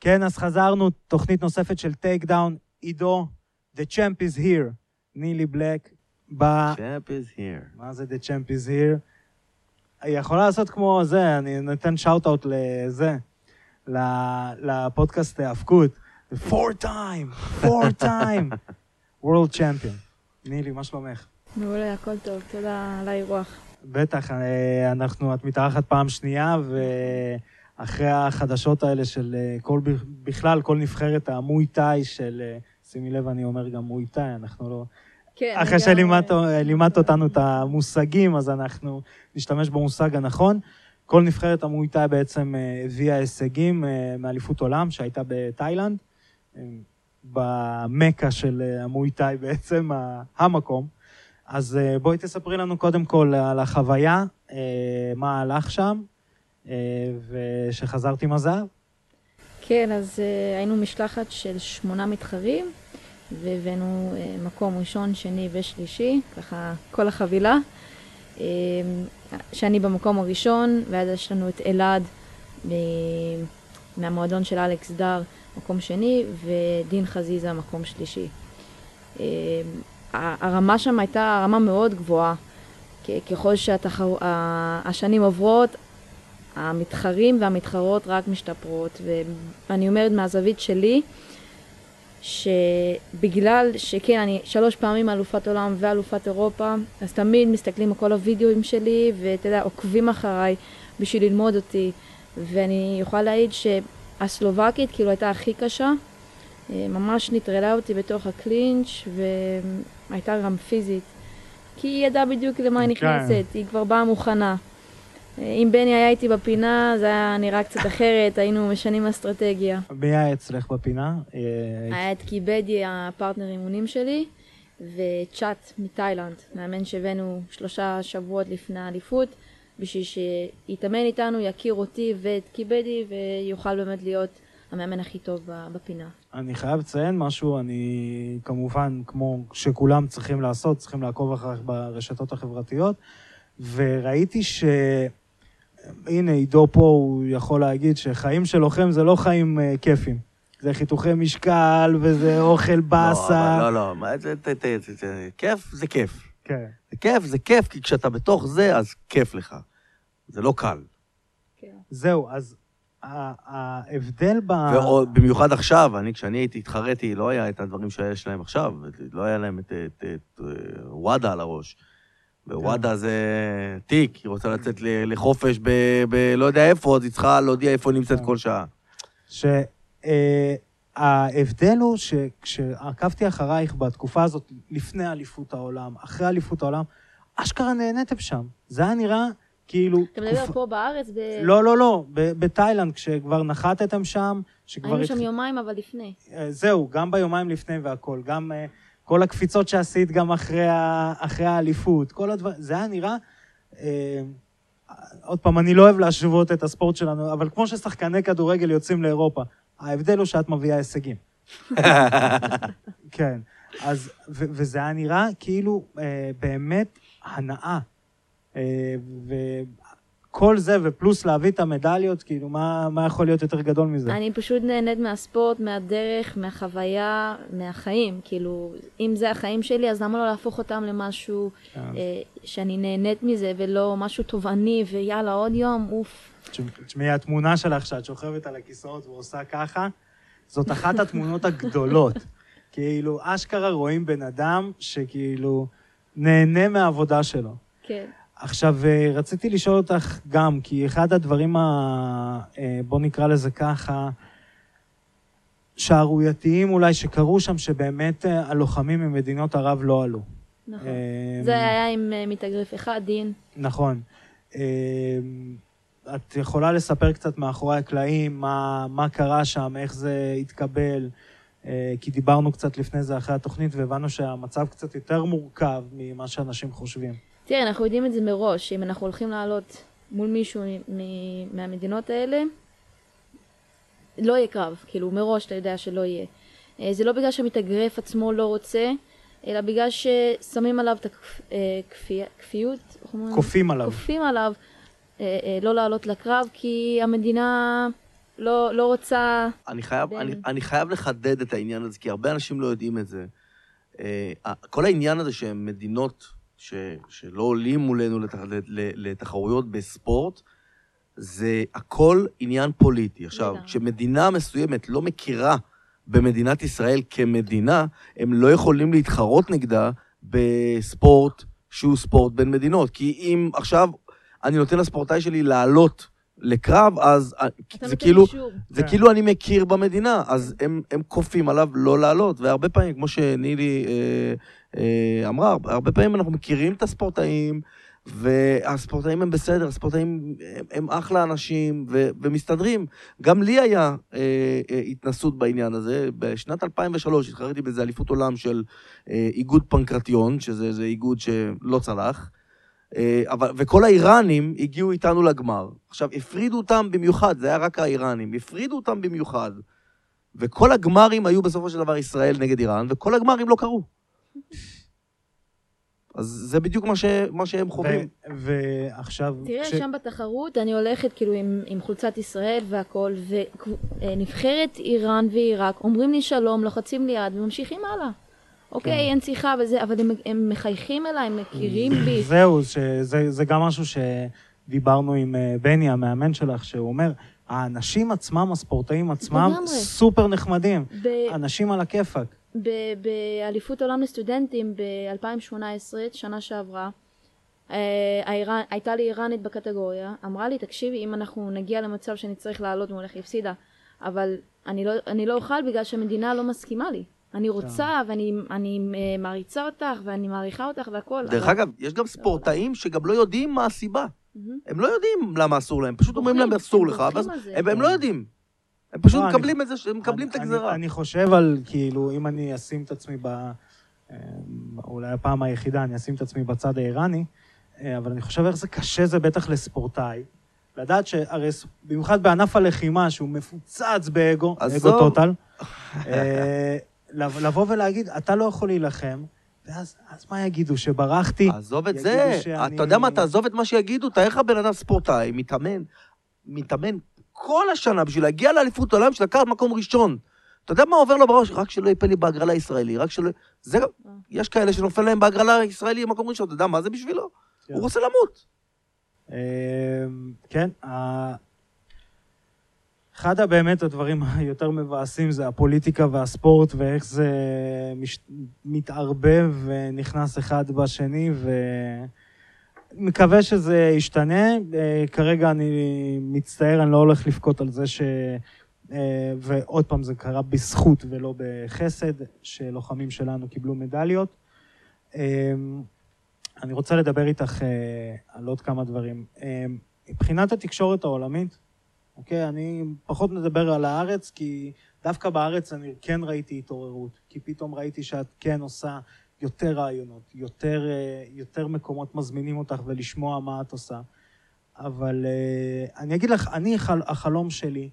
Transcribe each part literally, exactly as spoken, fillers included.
כן, אז חזרנו, תוכנית נוספת של טייק דאון, עידו, The Champ is here, נילי בלק, ב... Champ is here. מה זה The Champ is here? היא יכולה לעשות כמו זה, אני נותן שאוט-אוט לזה, לפודקאסט האבקות, four time, four time, world champion. נילי, מה שלומך? מעולה, הכל טוב, תודה על האירוח. בטח, אנחנו, את מתארחת פעם שנייה, ואחרי החדשות האלה של כל, בכלל, כל נבחרת המוי טאי של, שימי לב, אני אומר גם מוי טאי, אנחנו לא... כן, אחרי שלימדת אותנו את המושגים, אז אנחנו נשתמש במושג הנכון. כל נבחרת המוי טאי בעצם הביאה הישגים מאליפות עולם, שהייתה בתאילנד, במקה של המוי טאי בעצם, המקום. אז בואי תספרי לנו קודם כל על החוויה, מה הלך שם, ושחזרת עם הזהב. כן, אז היינו משלחת של שמונה מתחרים, והבאנו מקום ראשון, שני ושלישי, ככה כל החבילה. שאני במקום הראשון, ואז יש לנו את אלעד מהמועדון של אלכס דר, מקום שני, ודין חזיזה, מקום שלישי. הרמה שם הייתה רמה מאוד גבוהה, ככל שהשנים עוברות, המתחרים והמתחרות רק משתפרות, ואני אומרת מהזווית שלי, שבגלל שכן, אני שלוש פעמים אלופת עולם ואלופת אירופה, אז תמיד מסתכלים על כל הוידאוים שלי, ואתה יודע, עוקבים אחריי בשביל ללמוד אותי, ואני יכולה להעיד שהסלובקית כאילו הייתה הכי קשה, ממש נטרלה אותי בתוך הקלינץ' והייתה גם פיזית, כי היא ידעה בדיוק למה היא נכנסת, היא כבר באה מוכנה. אם בני היה איתי בפינה, זה היה נראה קצת אחרת, היינו משנים אסטרטגיה. מי היה אצלך בפינה? היה את קיבדי, הפרטנר אימונים שלי, וצ'אט מתאילנד, מאמן שהבאנו שלושה שבועות לפני האליפות, בשביל שיתאמן איתנו, יכיר אותי ואת קיבדי, ויוכל באמת להיות המאמן הכי טוב בפינה. אני חייב לציין משהו, אני כמובן, כמו שכולם צריכים לעשות, צריכים לעקוב אחריך ברשתות החברתיות, וראיתי ש... הנה, עידו פה, הוא יכול להגיד שחיים של לוחם זה לא חיים uh, כיפים. זה חיתוכי משקל, וזה אוכל בסה. לא, לא, לא, זה, זה, זה, זה, זה, כיף זה כיף. כן. זה כיף, זה כיף, כי כשאתה בתוך זה, אז כיף לך. זה לא קל. כן. זהו, אז ההבדל ב... ובמיוחד עכשיו, אני, כשאני הייתי, התחרתי, לא היה את הדברים שיש להם עכשיו, לא היה להם את, את, את, את וואדה על הראש. בוואדה זה תיק, היא רוצה לצאת לחופש בלא יודע איפה, אז היא צריכה להודיע איפה נמצאת כל שעה. שההבדל הוא שכשעקבתי אחרייך בתקופה הזאת, לפני אליפות העולם, אחרי אליפות העולם, אשכרה נהניתם שם. זה היה נראה כאילו... אתה מדבר פה בארץ? לא, לא, לא, בתאילנד, כשכבר נחתתם שם, היינו שם יומיים, אבל לפני. זהו, גם ביומיים לפני והכל, גם... כל הקפיצות שעשית גם אחרי, אחרי האליפות, כל הדבר, זה היה נראה, אה, עוד פעם, אני לא אוהב להשוות את הספורט שלנו, אבל כמו ששחקני כדורגל יוצאים לאירופה, ההבדל הוא שאת מביאה הישגים. כן, אז, ו, וזה היה נראה כאילו אה, באמת הנאה, אה, וכל זה ופלוס להביא את המדליות, כאילו מה, מה יכול להיות יותר גדול מזה? אני פשוט נהנית מהספורט, מהדרך, מהחוויה, מהחיים, כאילו, אם זה החיים שלי, אז למה לא להפוך אותם למשהו אה, שאני נהנית מזה, ולא משהו תובעני, ויאללה, עוד יום, אוף. תשמעי, התמונה שלך שאת שוכבת על הכיסאות ועושה ככה, זאת אחת התמונות הגדולות. כאילו, אשכרה רואים בן אדם שכאילו נהנה מהעבודה שלו. כן. עכשיו, רציתי לשאול אותך גם, כי אחד הדברים, ה... בוא נקרא לזה ככה, שערורייתיים אולי שקרו שם, שבאמת הלוחמים ממדינות ערב לא עלו. נכון. זה היה עם מתאגרף אחד, דין. נכון. את יכולה לספר קצת מאחורי הקלעים, מה, מה קרה שם, איך זה התקבל, כי דיברנו קצת לפני זה אחרי התוכנית, והבנו שהמצב קצת יותר מורכב ממה שאנשים חושבים. תראה, אנחנו יודעים את זה מראש, אם אנחנו הולכים לעלות מול מישהו מהמדינות האלה, לא יהיה קרב, כאילו מראש אתה יודע שלא יהיה. זה לא בגלל שהמתאגרף עצמו לא רוצה, אלא בגלל ששמים עליו את הכפיות, כופים עליו. כופים עליו לא לעלות לקרב, כי המדינה לא, לא רוצה... אני חייב, בין... אני, אני חייב לחדד את העניין הזה, כי הרבה אנשים לא יודעים את זה. כל העניין הזה שהן מדינות ש, שלא עולים מולנו לתח, לתחרויות בספורט, זה הכל עניין פוליטי. עכשיו, לגמרי. כשמדינה מסוימת לא מכירה במדינת ישראל כמדינה, הם לא יכולים להתחרות נגדה בספורט שהוא ספורט בין מדינות. כי אם עכשיו אני נותן לספורטאי שלי לעלות לקרב, אז זה כאילו, זה כאילו אני מכיר במדינה, אז הם, הם קופים עליו לא לעלות, והרבה פעמים, כמו שנילי אה, אה, אמרה, הרבה פעמים אנחנו מכירים את הספורטאים, והספורטאים הם בסדר, הספורטאים הם, הם אחלה אנשים, ו, ומסתדרים. גם לי היה אה, אה, התנסות בעניין הזה, בשנת אלפיים ושלוש התחרתי בזה אליפות עולם של אה, איגוד פנקרטיון, שזה זה איגוד שלא צלח, אבל, וכל האיראנים הגיעו איתנו לגמר. עכשיו, הפרידו אותם במיוחד, זה היה רק האיראנים, הפרידו אותם במיוחד, וכל הגמרים היו בסופו של דבר ישראל נגד איראן, וכל הגמרים לא קרו. אז זה בדיוק מה, ש, מה שהם חווים. ועכשיו... תראה, ש... שם בתחרות אני הולכת כאילו עם, עם חולצת ישראל והכל, ונבחרת איראן ועיראק, אומרים לי שלום, לוחצים לי יד וממשיכים הלאה. אוקיי, אין שיחה וזה, אבל הם, הם מחייכים אליי, הם מכירים בי. זהו, שזה, זה גם משהו שדיברנו עם בני, המאמן שלך, שהוא אומר, האנשים עצמם, הספורטאים עצמם, סופר נחמדים. ב... אנשים על הכיפק. באליפות עולם לסטודנטים ב-אלפיים שמונה עשרה, שנה שעברה, האיראן, הייתה לי איראנית בקטגוריה, אמרה לי, תקשיבי, אם אנחנו נגיע למצב שאני צריך לעלות מולך, היא הפסידה, אבל אני לא, אני לא אוכל בגלל שהמדינה לא מסכימה לי. אני רוצה, ואני אני מעריצה אותך, ואני מעריכה אותך והכל. דרך אגב, יש גם ספורטאים שגם לא יודעים מה הסיבה. הם לא יודעים למה אסור להם, פשוט אומרים להם אסור לך, הם לא יודעים. הם פשוט מקבלים את זה, הם מקבלים את הגזרה. אני חושב על, כאילו, אם אני אשים את עצמי ב... אולי הפעם היחידה, אני אשים את עצמי בצד האיראני, אבל אני חושב איך זה קשה, זה בטח לספורטאי. לדעת שהרי במיוחד בענף הלחימה, שהוא מפוצץ באגו, אגו טוטל, לבוא ולהגיד, אתה לא יכול להילחם, ואז אז מה יגידו, שברחתי? עזוב את זה, שאני... אתה יודע מה, תעזוב את מה שיגידו, תאר לך בן אדם ספורטאי, מתאמן, מתאמן כל השנה בשביל להגיע לאליפות העולם, בשביל לקחת מקום ראשון. אתה יודע מה עובר לו בראש? רק שלא יפה לי בהגרלה הישראלי, רק שלא... זה... יש כאלה שנופל להם בהגרלה הישראלי במקום ראשון, אתה יודע מה זה בשבילו? הוא רוצה למות. כן, אחד באמת הדברים היותר מבאסים זה הפוליטיקה והספורט, ואיך זה מש... מתערבב ונכנס אחד בשני, ומקווה שזה ישתנה. כרגע אני מצטער, אני לא הולך לפקוט על זה ש... ועוד פעם זה קרה בזכות ולא בחסד, שלוחמים שלנו קיבלו מדליות. אני רוצה לדבר איתך על עוד כמה דברים. מבחינת התקשורת העולמית, אוקיי, אני פחות מדבר על הארץ, כי דווקא בארץ אני כן ראיתי התעוררות, כי פתאום ראיתי שאת כן עושה יותר רעיונות, יותר, יותר מקומות מזמינים אותך ולשמוע מה את עושה. אבל אני אגיד לך, אני, החלום שלי,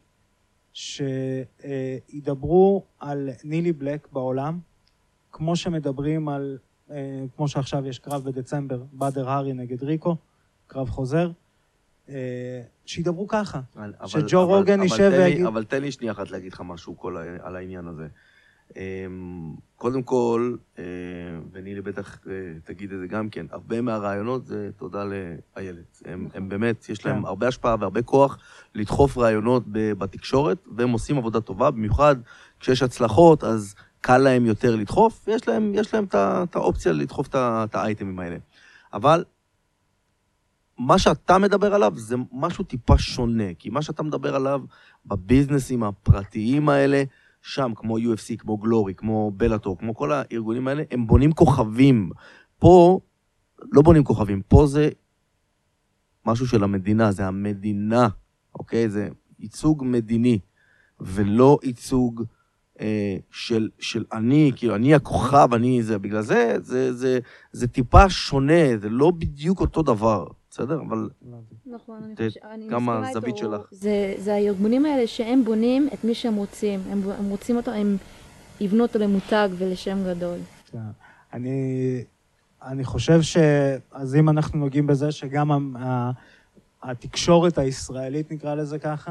שידברו על נילי בלק בעולם, כמו שמדברים על, כמו שעכשיו יש קרב בדצמבר, באדר הארי נגד ריקו, קרב חוזר, שידברו ככה, שג'ו רוגן יישב ויגיד... אבל תן לי שנייה אחת להגיד לך משהו על העניין הזה. קודם כל, ונילי בטח תגיד את זה גם כן, הרבה מהרעיונות זה תודה לאיילת. הם באמת, יש להם הרבה השפעה והרבה כוח לדחוף רעיונות בתקשורת, והם עושים עבודה טובה, במיוחד כשיש הצלחות, אז קל להם יותר לדחוף, ויש להם, יש להם את האופציה לדחוף את האייטמים האלה. אבל מה שאתה מדבר עליו זה משהו טיפה שונה, כי מה שאתה מדבר עליו בביזנסים הפרטיים האלה, שם, כמו יו אף סי, כמו גלורי, כמו בלאטור, כמו כל הארגונים האלה, הם בונים כוכבים. פה לא בונים כוכבים, פה זה משהו של המדינה, זה המדינה, אוקיי? זה ייצוג מדיני, ולא ייצוג אה, של, של אני, כאילו, אני הכוכב, אני זה, בגלל זה, זה, זה, זה טיפה שונה, זה לא בדיוק אותו דבר. בסדר, אבל... נכון, אני חושבת, גם הזווית שלך. זה, זה הארגונים האלה שהם בונים את מי שהם רוצים. הם, הם רוצים אותו, הם יבנו אותו למותג ולשם גדול. אני, אני חושב ש... אז אם אנחנו נוגעים בזה, שגם התקשורת הישראלית, נקרא לזה ככה,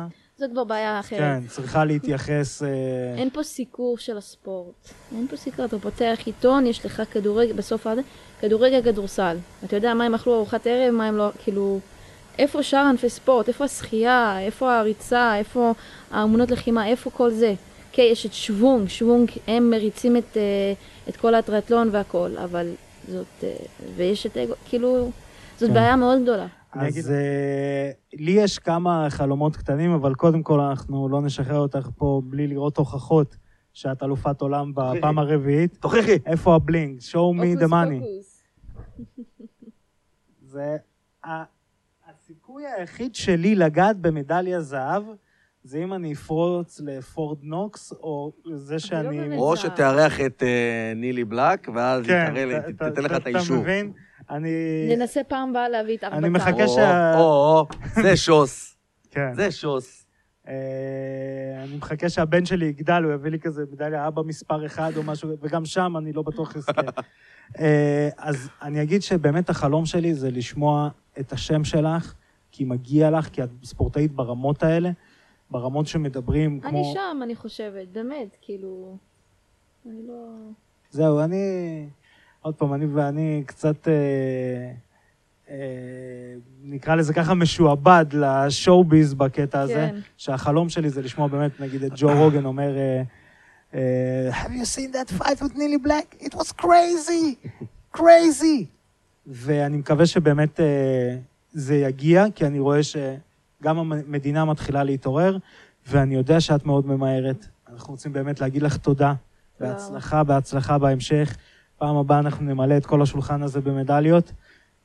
זו כבר בעיה אחרת. כן, צריכה להתייחס... אין פה סיקור של הספורט. אין פה סיקור, אתה פותח עיתון, יש לך כדורגל, בסוף הזה, כדורגל כדורסל. אתה יודע מה הם אכלו ארוחת ערב, מה הם לא, כאילו... איפה שאר ענפי ספורט, איפה השחייה, איפה הריצה, איפה האמונות לחימה, איפה כל זה. כן, יש את שוונג, שוונג, הם מריצים את, את כל הטריאטלון והכל, אבל זאת, ויש את אגו, כאילו, זאת כן. בעיה מאוד גדולה. אז uh, לי יש כמה חלומות קטנים, אבל קודם כל אנחנו לא נשחרר אותך פה בלי לראות הוכחות שאת אלופת עולם בפעם הרביעית. תוכיחי. איפה הבלינג? show me the money. זה... הסיכוי היחיד שלי לגעת במדליה זהב, זה אם אני אפרוץ לפורד נוקס, או זה שאני... או שתארח את נילי בלק, ואז תתן לך את האישור. אתה מבין? אני... ננסה פעם הבאה להביא את ארבעתם. אני מחכה שה... או, או, זה שוס. כן. זה שוס. אני מחכה שהבן שלי יגדל, הוא יביא לי כזה מדליה אבא מספר אחד או משהו, וגם שם אני לא בטוח יזכה. אז אני אגיד שבאמת החלום שלי זה לשמוע את השם שלך, כי מגיע לך, כי את ספורטאית ברמות האלה, ברמות שמדברים כמו... אני שם, אני חושבת, באמת, כאילו... אני לא... זהו, אני... עוד פעם, אני ואני קצת... אה, אה, נקרא לזה ככה משועבד לשואו-ביז בקטע הזה, כן. שהחלום שלי זה לשמוע באמת, נגיד, את ג'ו רוגן אומר... אה, Have you seen that fight with Neely Black? It was crazy! crazy! ואני מקווה שבאמת זה יגיע, כי אני רואה שגם המדינה מתחילה להתעורר, ואני יודע שאת מאוד ממהרת. אנחנו רוצים באמת להגיד לך תודה, בהצלחה, בהצלחה בהמשך. פעם הבאה אנחנו נמלא את כל השולחן הזה במדליות.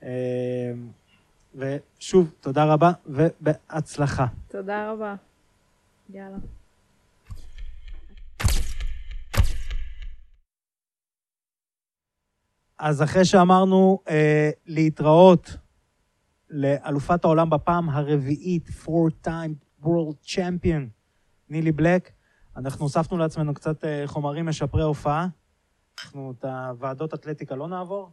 ושוב, תודה רבה, ובהצלחה. תודה רבה. יאללה. אז אחרי שאמרנו אה, להתראות לאלופת העולם בפעם הרביעית, four time world champion, נילי בלק, אנחנו הוספנו לעצמנו קצת אה, חומרים משפרי הופעה. אנחנו את הוועדות אתלטיקה לא נעבור.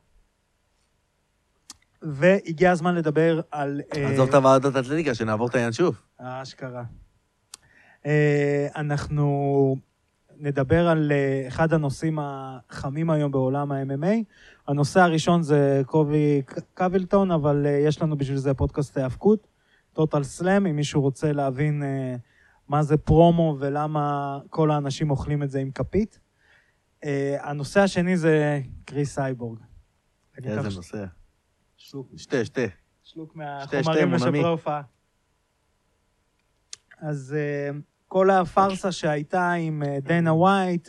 והגיע הזמן לדבר על... אה, עזוב את הוועדות אתלטיקה, שנעבור את הינשוף. אשכרה. אה, אנחנו... נדבר על אחד הנושאים החמים היום בעולם ה-אם אם איי. הנושא הראשון זה קובי קווילטון, אבל יש לנו בשביל זה פודקאסט האבקות, טוטל סלאם, אם מישהו רוצה להבין מה זה פרומו ולמה כל האנשים אוכלים את זה עם כפית. הנושא השני זה קריס סייבורג. איזה נושא? שלוק. שתה, שתה. שלוק מהחומרים משפרי הופעה. אז... כל הפרסה שהייתה עם דנה ווייט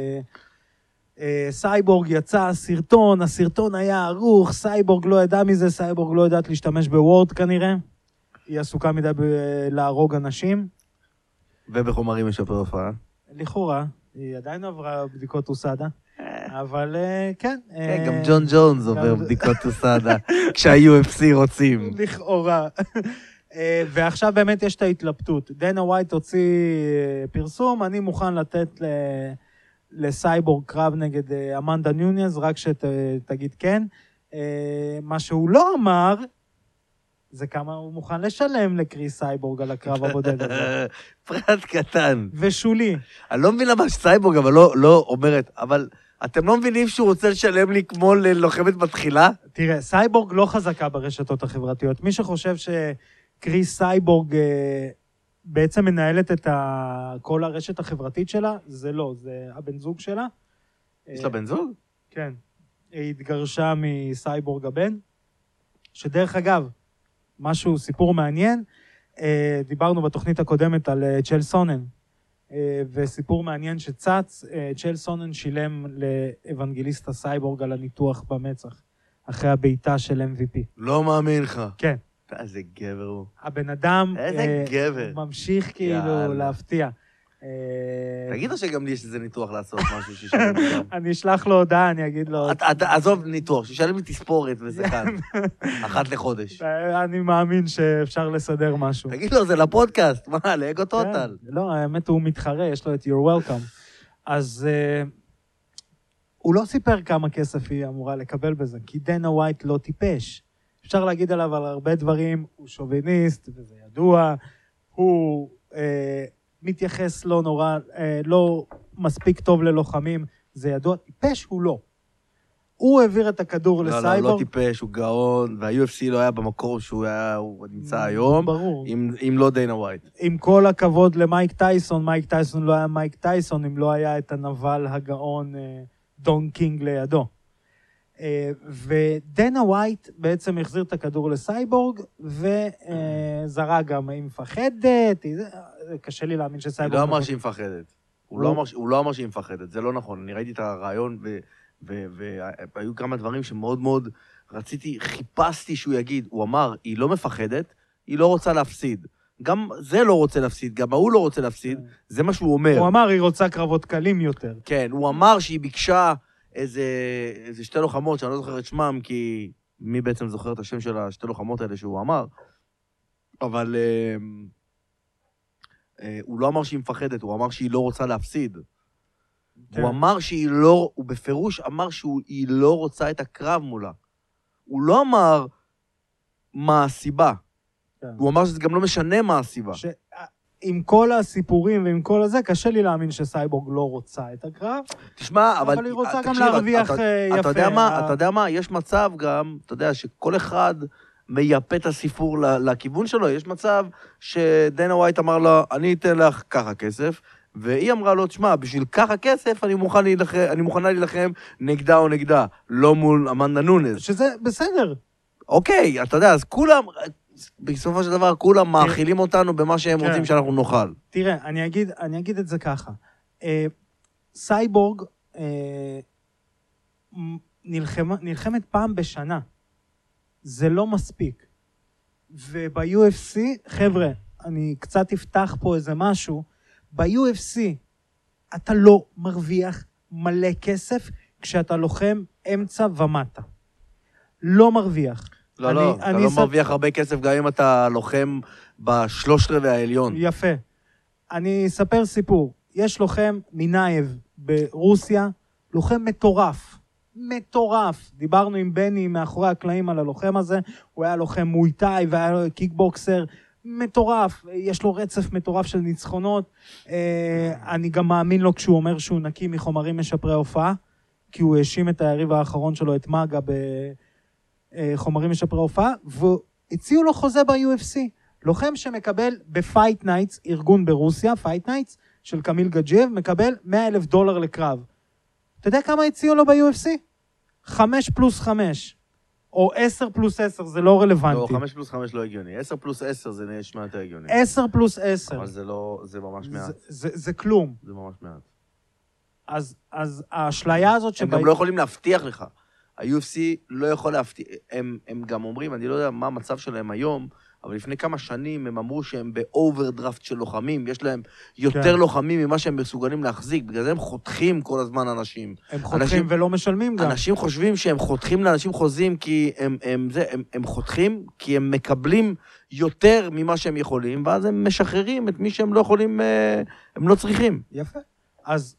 וסייבורג יצא סרטון, הסרטון היה ערוך, סייבורג לא ידע מזה, סייבורג לא יודעת להשתמש בוורד כנראה, היא עסוקה מדי להרוג אנשים. ובחומרים משפרי הופעה. לכאורה, היא עדיין עברה בדיקות אוסדה, אבל כן. כן, גם ג'ון ג'ונס עובר בדיקות אוסדה, כשה-יו אף סי רוצים. לכאורה. ועכשיו באמת יש את ההתלבטות. דנה ווייט הוציא פרסום, אני מוכן לתת לסייבורג קרב נגד אמנדה ניוניאז, רק שתגיד כן. מה שהוא לא אמר, זה כמה הוא מוכן לשלם לקריס סייבורג על הקרב הבודד הזה. פרט קטן. ושולי. אני לא מבין למה שסייבורג, אבל לא, לא אומרת, אבל אתם לא מבינים שהוא רוצה לשלם לי כמו ללוחמת בתחילה? תראה, סייבורג לא חזקה ברשתות החברתיות. מי שחושב ש... קריס סייבורג בעצם מנהלת את כל הרשת החברתית שלה, זה לא, זה הבן זוג שלה. יש לה בן זוג? כן. היא התגרשה מסייבורג הבן, שדרך אגב, משהו, סיפור מעניין, דיברנו בתוכנית הקודמת על צ'ל סונן, וסיפור מעניין שצץ, צ'ל סונן שילם לאבנגליסטה סייבורג על הניתוח במצח, אחרי הביתה של אם וי פי. לא מאמין לך. כן. איזה גבר הוא. הבן אדם... איזה גבר. ממשיך כאילו להפתיע. תגיד לו שגם לי יש איזה ניתוח לעשות משהו שישלם לי גם. אני אשלח לו הודעה, אני אגיד לו... עזוב ניתוח, שישלם לי תספורת וזה כאן. אחת לחודש. אני מאמין שאפשר לסדר משהו. תגיד לו, זה לפודקאסט. מה, לאגו טוטל. לא, האמת הוא מתחרה, יש לו את You're Welcome. אז הוא לא סיפר כמה כסף היא אמורה לקבל בזה, כי דנה ווייט לא טיפש. אפשר להגיד עליו על הרבה דברים, הוא שוביניסט, וזה ידוע, הוא אה, מתייחס לא נורא, אה, לא מספיק טוב ללוחמים, זה ידוע, טיפש הוא לא. הוא העביר את הכדור לא, לסייבורג. לא, לא טיפש, הוא גאון, וה-יו אף סי לא היה במקור שהוא היה, הוא נמצא היום, ברור. אם, אם לא דיינה ווייט. עם כל הכבוד למייק טייסון, מייק טייסון לא היה מייק טייסון, אם לא היה את הנבל הגאון אה, דון קינג לידו. אה, ודיינה ווייט בעצם החזיר את הכדור לסייבורג, וזרה גם, היא מפחדת, היא, קשה לי להאמין שסייבורג... היא לא אמר שהיא מפחדת. הוא לא אמר, הוא לא אמר שהיא מפחדת, זה לא נכון. אני ראיתי את הרעיון, ו... והיו כמה דברים שמאוד מאוד רציתי, חיפשתי שהוא יגיד, הוא אמר, היא לא מפחדת, היא לא רוצה להפסיד. גם זה לא רוצה להפסיד, גם ההוא לא רוצה להפסיד, זה מה שהוא אומר. הוא אמר, היא רוצה קרבות קלים יותר. כן, הוא אמר שהיא ביקשה איזה, איזה שתי לוחמות, שאני לא זוכר את שמם, כי מי בעצם זוכר את השם של השתי לוחמות האלה שהוא אמר, אבל אה, אה, הוא לא אמר שהיא מפחדת, הוא אמר שהיא לא רוצה להפסיד. הוא אמר שהיא לא, הוא בפירוש אמר שהיא לא רוצה את הקרב מולה. הוא לא אמר מה הסיבה. הוא אמר שזה גם לא משנה מה הסיבה. עם כל הסיפורים ועם כל הזה, קשה לי להאמין שסייבורג לא רוצה את הקרב. תשמע, אבל... אבל היא רוצה גם להרוויח יפה. אתה יודע מה, אתה יודע מה, יש מצב גם, אתה יודע, שכל אחד מייפה את הסיפור לכיוון שלו. יש מצב שדיינה ווייט אמר לו, אני אתן לך ככה כסף, והיא אמרה לו, תשמע, בשביל ככה כסף אני, מוכן להילחם, אני מוכנה להילחם נגדה או נגדה, לא מול אמנדה נונז. שזה בסדר. אוקיי, אתה יודע, אז כולם, בסופו של דבר, כולם מאכילים אותנו במה שהם רוצים שאנחנו נאכל. תראה, אני אגיד, אני אגיד את זה ככה. אה, סייבורג אה, נלחמה, נלחמת פעם בשנה. זה לא מספיק. וב-יו אף סי, חבר'ה, אני קצת אפתח פה איזה משהו, ב-יו אף סי אתה לא מרוויח מלא כסף כשאתה לוחם אמצע ומטה. לא מרוויח. לא, אני, לא, אני אתה אני לא ס... מרוויח הרבה כסף גם אם אתה לוחם בשלושת רבעי העליון. יפה. אני אספר סיפור. יש לוחם מנייב ברוסיה, לוחם מטורף. מטורף. דיברנו עם בני מאחורי הקלעים על הלוחם הזה, הוא היה לוחם מויטאי והיה לו קיקבוקסר, מטורף, יש לו רצף מטורף של ניצחונות, אני גם מאמין לו כשהוא אומר שהוא נקי מחומרים משפרי הופעה, כי הוא האשים את היריב האחרון שלו, את מגה, בחומרים משפרי הופעה, והציעו לו חוזה ב-יו אף סי, לוחם שמקבל בפייט נייטס, ארגון ברוסיה, פייט נייטס, של קמיל גג'ייב, מקבל מאה אלף דולר לקרב. אתה יודע כמה הציעו לו ב-יו אף סי? חמש פלוס חמש. או עשר פלוס עשר, זה לא רלוונטי. לא, חמש פלוס חמש לא הגיוני. עשר פלוס עשר זה נשמע יותר הגיוני. עשר פלוס עשר. אבל זה לא, זה ממש מעט. זה, זה, זה כלום. זה ממש מעט. אז, אז האשליה הזאת הם גם לא יכולים להבטיח לך. ה-יו אף סי לא יכול להבטיח, הם, הם גם אומרים, אני לא יודע מה המצב שלהם היום, אבל לפני כמה שנים הם אמרו שהם באוברדרפט של לוחמים, יש להם יותר כן. לוחמים ממה שהם מסוגלים להחזיק, בגלל זה הם חותכים כל הזמן אנשים. הם חותכים אנשים, ולא משלמים גם. אנשים חושבים שהם חותכים לאנשים חוזים, כי הם, הם, זה, הם, הם חותכים, כי הם מקבלים יותר ממה שהם יכולים, ואז הם משחררים את מי שהם לא יכולים, הם לא צריכים. יפה. אז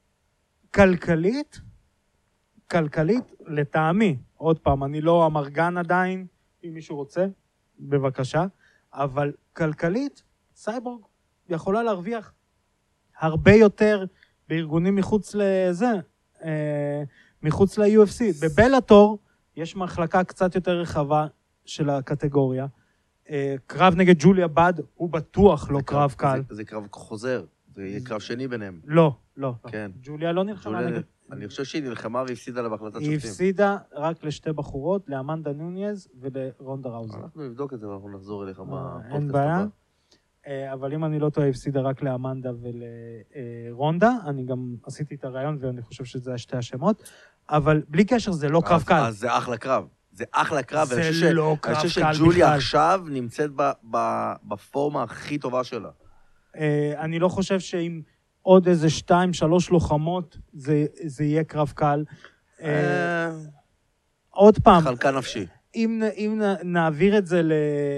כלכלית, כלכלית, לטעמי, עוד פעם, אני לא אמרגן עדיין, אם מישהו רוצה, בבקשה, אבל כלכלית, סייבורג יכולה להרוויח הרבה יותר בארגונים מחוץ לזה, אה, מחוץ ל-יו אף סי. בבלאטור יש מחלקה קצת יותר רחבה של הקטגוריה. אה, קרב נגד ג'וליה בד הוא בטוח לא קרב, קרב קל. זה, זה קרב חוזר, זה יהיה קרב שני ביניהם. לא, לא. כן. ג'וליה לא נלחמה ג'וליה... נגד... אני חושב שהיא נלחמה והפסידה לה בהחלטת שופטים. היא הפסידה רק לשתי בחורות, לאמנדה נוניז ולרונדה ראוזר. אנחנו נבדוק את זה ואנחנו נחזור אליך בפודקאסט הבא. אין בעיה, אבל אם אני לא טועה, הפסידה רק לאמנדה ולרונדה, אני גם עשיתי את הרעיון ואני חושב שזה שתי השמות, אבל בלי קשר זה לא קרב קל. אז זה אחלה קרב. זה אחלה קרב. זה לא קרב קל בכלל. אני חושב שג'וליה עכשיו נמצאת בפורמה הכי טובה שלה. אני לא חושב שאם... עוד איזה שתיים, שלוש לוחמות, זה, זה יהיה קרב קל. עוד פעם. חלקה נפשי. אם, אם נעביר את זה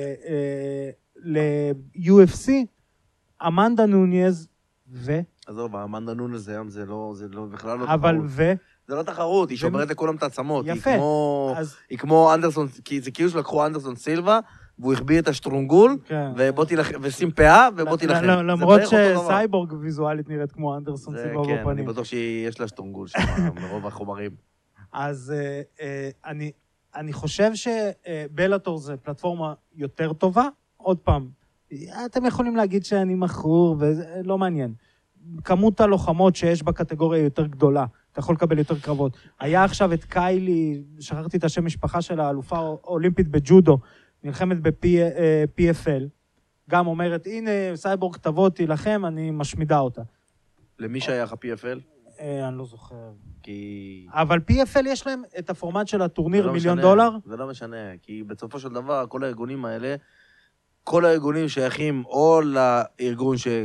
ל-יו אף סי, אמנדה נוניז ו... עזוב, אמנדה נוניז היום זה לא, זה לא, בכלל לא אבל תחרות. ו... זה לא תחרות, היא שוברת לכולם את העצמות. יפה. היא כמו, אז... היא כמו אנדרסון, כי זה כאילו שלקחו אנדרסון סילבה, והוא החביא את השטרונגול, ובוא תלכם, ושים פאה, ובוא תלכם. למרות שסייבורג ויזואלית נראית כמו אנדרסון סילבה בפנים. כן, אני בטוח שיש לה שטרונגול שם, מרוב החומרים. אז אני... אני חושב שבלאטור זה פלטפורמה יותר טובה. עוד פעם, אתם יכולים להגיד שאני מכור, וזה לא מעניין. כמות הלוחמות שיש בקטגוריה יותר גדולה, אתה יכול לקבל יותר קרבות. היה עכשיו את קיילי, שכחתי את השם משפחה של האלופה האולימפית בג'ודו, נלחמת ב-פי אף אל, גם אומרת, הנה, סייבורג תבוא תילחם, אני משמידה אותה. למי שהיה לך פי אף אל? אני לא זוכר. כי... אבל פי אף אל יש להם את הפורמט של הטורניר מיליון דולר. זה לא משנה, כי בסופו של דבר, כל הארגונים האלה, כל הארגונים שייכים או לארגון ש...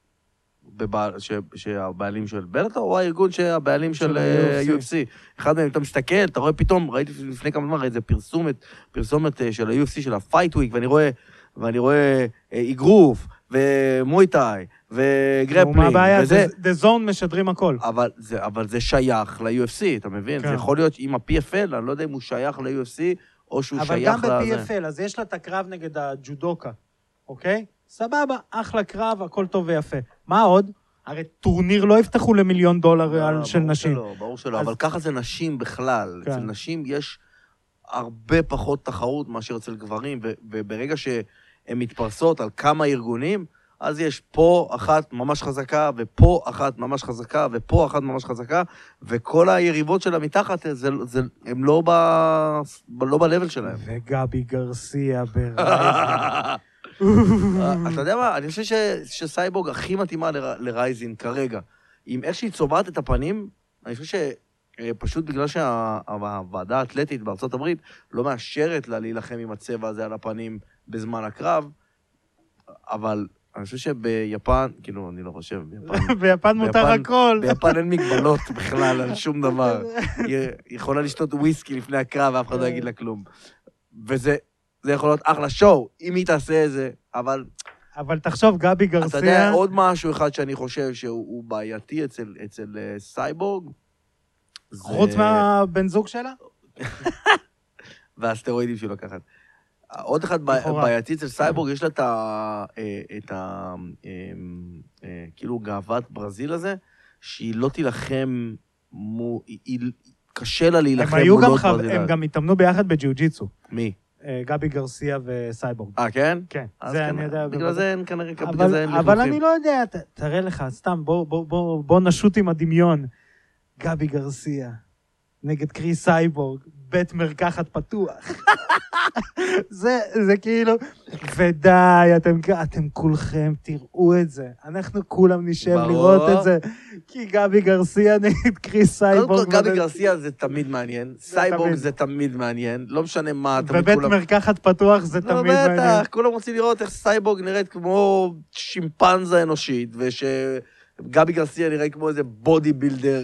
שהבעלים של בלאטור, או הארגון שהבעלים של יו אף סי. אחד מהם, אתה מסתכל, אתה רואה פתאום, ראיתי לפני כמה זמן, ראיתי איזה פרסומת, פרסומת של ה-יו אף סי, של ה-Fight Week, ואני רואה, ואני רואה אגרוף, ומויטאי, וגרפלינג. מה הבעיה? The Zone משדרים הכל. אבל זה שייך ל-יו אף סי, אתה מבין? זה יכול להיות עם ה-פי אף אל, אני לא יודע אם הוא שייך ל-יו אף סי, או שהוא שייך לזה. אבל גם ב-פי אף אל, אז יש לה את הקרב נגד הג'ודוקה, אוקיי? סבבה, אחלה קרב, הכל טוב ויפה. מה עוד? הרי טורניר לא יפתחו למיליון דולר של נשים. ברור שלא, ברור שלא, אבל ככה זה נשים בכלל. אצל נשים יש הרבה פחות תחרות מאשר אצל גברים, וברגע שהן מתפרסות על כמה ארגונים, אז יש פה אחת ממש חזקה, ופה אחת ממש חזקה, ופה אחת ממש חזקה, וכל היריבות שלה מתחת, הן לא ב-level שלהם. וגבי גרסיה ברייזן. אתה יודע מה? אני חושב שסייבורג הכי מתאימה לרייזין כרגע. עם איך שהיא צובעת את הפנים, אני חושב שפשוט בגלל שהוועדה האתלטית בארצות הברית לא מאשרת לה להילחם עם הצבע הזה על הפנים בזמן הקרב, אבל אני חושב שביפן, כאילו, אני לא חושב, ביפן מותר הכל. ביפן אין מגבלות בכלל על שום דבר. היא יכולה לשתות וויסקי לפני הקרב, ואף אחד לא יגיד לה כלום. וזה... זה יכול להיות אחלה שואו, אם היא תעשה את זה, אבל... אבל תחשוב, גבי גרסיה... אתה יודע, עוד משהו אחד שאני חושב שהוא בעייתי אצל, אצל סייבורג. חוץ זה... מהבן זוג שלה? והסטרואידים שהיא לוקחת. עוד אחד בעייתי אצל סייבורג, יש לה את ה... את ה... כאילו גאוות ברזיל הזה, שהיא לא תילחם... היא... קשה לה להילחם מולות ברזיל. הם גם התאמנו ביחד בג'יוג'יצו. מי? גבי גרסיה וסייבורג. אה, כן? כן. זה אני יודע. בגלל זה אין כנראה, בגלל זה אין לכלוכים. אבל אני לא יודע, תראה לך, סתם, בוא נשוט עם הדמיון. גבי גרסיה, נגד קריס סייבורג, בית מרקחת פתוח. זה, זה כאילו, ודי, אתם, אתם כולכם תראו את זה. אנחנו כולם נשב לראות את זה, כי גבי גרסיה נגד קריס סייבורג. קודם כל, גבי גרסיה זה תמיד מעניין, סייבורג זה תמיד מעניין, לא משנה מה, ובית מרקחת פתוח זה תמיד מעניין. לא, בטח, כולם רוצים לראות איך סייבורג נראית כמו שימפנזה אנושית, ושגבי גרסיה נראה כמו איזה בודי בילדר.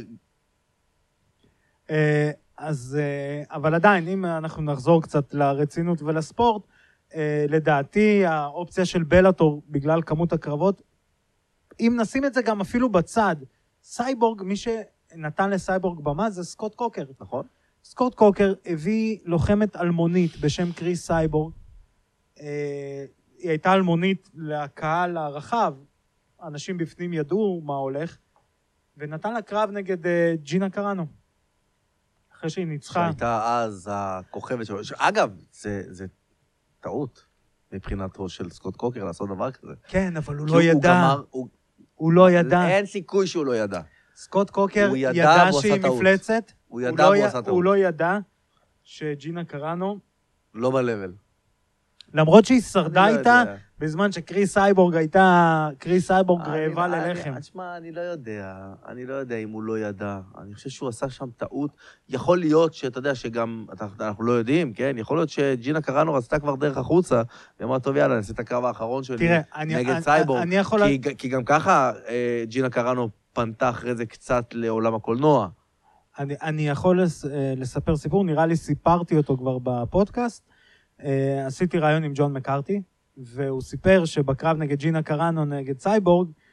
אז, אבל עדיין, אם אנחנו נחזור קצת לרצינות ולספורט, לדעתי, האופציה של בלאטור, בגלל כמות הקרבות, אם נשים את זה גם אפילו בצד, סייבורג, מי שנתן לסייבורג במה, זה סקוט קוקר. נכון. סקוט קוקר הביא לוחמת אלמונית בשם קריס סייבורג. היא הייתה אלמונית לקהל הרחב, אנשים בפנים ידעו מה הולך, ונתן לה קרב נגד ג'ינה קראנו. אחרי שהיא ניצחה. שהייתה אז הכוכבת שלו. אגב, זה, זה טעות מבחינתו של סקוט קוקר לעשות דבר כזה. כן, אבל הוא לא ידע. הוא, גמר, הוא, הוא לא ידע. אין סיכוי שהוא לא ידע. סקוט קוקר ידע, ידע שהיא מפלצת. הוא ידע והוא עשה טעות. הוא לא ידע שג'ינה קראנו... לא בלבל. למרות שהיא שרדה איתה, בזמן שקריס סייבורג הייתה, קריס סייבורג רעבה ללחם. תשמע, אני לא יודע, אני לא יודע אם הוא לא ידע. אני חושב שהוא עשה שם טעות. יכול להיות שאתה יודע שגם, אנחנו לא יודעים, כן? יכול להיות שג'ינה קראנו רצתה כבר דרך החוצה, ואמרה, טוב, יאללה, נעשה את הקרב האחרון שלי נגד סייבורג. כי גם ככה ג'ינה קראנו פנתה אחרי זה קצת לעולם הקולנוע. אני יכול לספר סיפור, נראה לי סיפרתי אותו כבר בפודקאסט. עשיתי רעיון עם ג'ון מקארתי, והוא סיפר שבקרב נגד ג'ינה קראנו נגד סייבורג,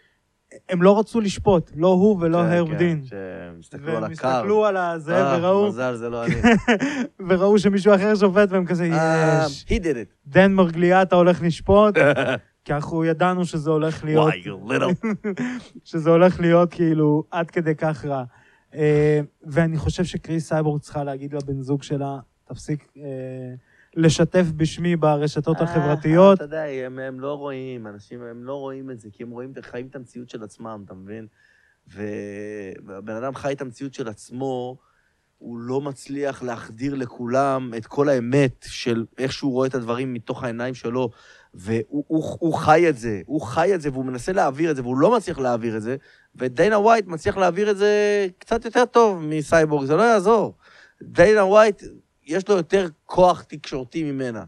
הם לא רצו לשפוט, לא הוא ולא הרב דין. שהם הסתכלו על והם הקו. הסתכלו על הזה אה, וראו... מזל, זה לא אני. וראו שמישהו אחר שופט, והם כזה, אה, יש. he did it. דן מרגליה, אתה הולך לשפוט, כי אנחנו ידענו שזה הולך להיות... וואי, you little. שזה הולך להיות כאילו עד כדי כך רע. אה, ואני חושב שקריס סייבורג צריכה להגיד לבן זוג שלה, תפסיק אה, לשתף בשמי ברשתות החברתיות. אתה יודע, הם, הם לא רואים, אנשים, הם לא רואים את זה, כי הם רואים, חיים את המציאות של עצמם, אתה מבין? ובן אדם חי את המציאות של עצמו, הוא לא מצליח להחדיר לכולם את כל האמת של איך שהוא רואה את הדברים מתוך העיניים שלו, והוא הוא, הוא חי את זה, הוא חי את זה, והוא מנסה להעביר את זה, והוא לא מצליח להעביר את זה, ודיינה ווייט מצליח להעביר את זה קצת יותר טוב מסייבורג, זה לא יעזור. דיינה ווייט, יש לו יותר כוח תקשורתי ממנה.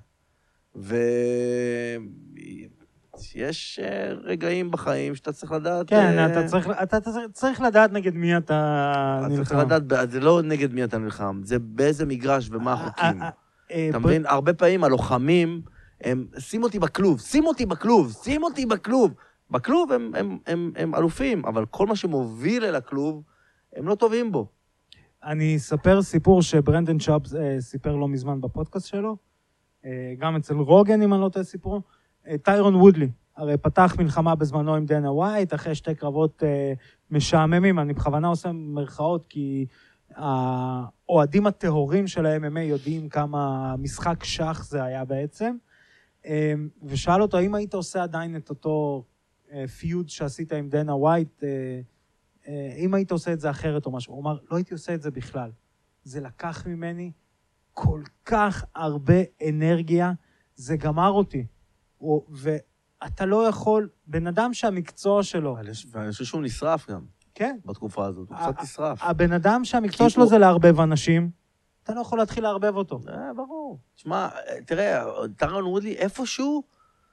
ויש רגעים בחיים שאתה צריך לדעת... כן, אתה צריך, אתה צריך לדעת נגד מי אתה נלחם. אתה צריך לדעת, זה לא נגד מי אתה נלחם, זה באיזה מגרש ומה החוקים. אתה מבין? הרבה פעמים הלוחמים, הם, שים אותי בכלוב, שים אותי בכלוב, שים אותי בכלוב. בכלוב הם, הם, הם, הם אלופים, אבל כל מה שמוביל אל הכלוב, הם לא טובים בו. אני אספר סיפור שברנדן שופ סיפר לא מזמן בפודקאסט שלו, גם אצל רוגן, אם אני לא טועה סיפורו, טיירון וודלי, הרי פתח מלחמה בזמנו עם דנה ווייט, אחרי שתי קרבות משעממים, אני בכוונה עושה מרכאות, כי האוהדים הטהורים של ה-אם אם איי יודעים כמה משחק שח זה היה בעצם, ושאל אותו, האם היית עושה עדיין את אותו פיוד שעשית עם דנה ווייט, אם היית עושה את זה אחרת או משהו? הוא אמר, לא הייתי עושה את זה בכלל. זה לקח ממני כל כך הרבה אנרגיה, זה גמר אותי. ואתה לא יכול, בן אדם שהמקצוע שלו... ואני חושב שהוא נשרף גם. כן. בתקופה הזאת, הוא קצת נשרף. הבן אדם שהמקצוע שלו זה להרבב אנשים, אתה לא יכול להתחיל להרבב אותו. אה, ברור. תשמע, תראה, טיירון וודלי איפשהו,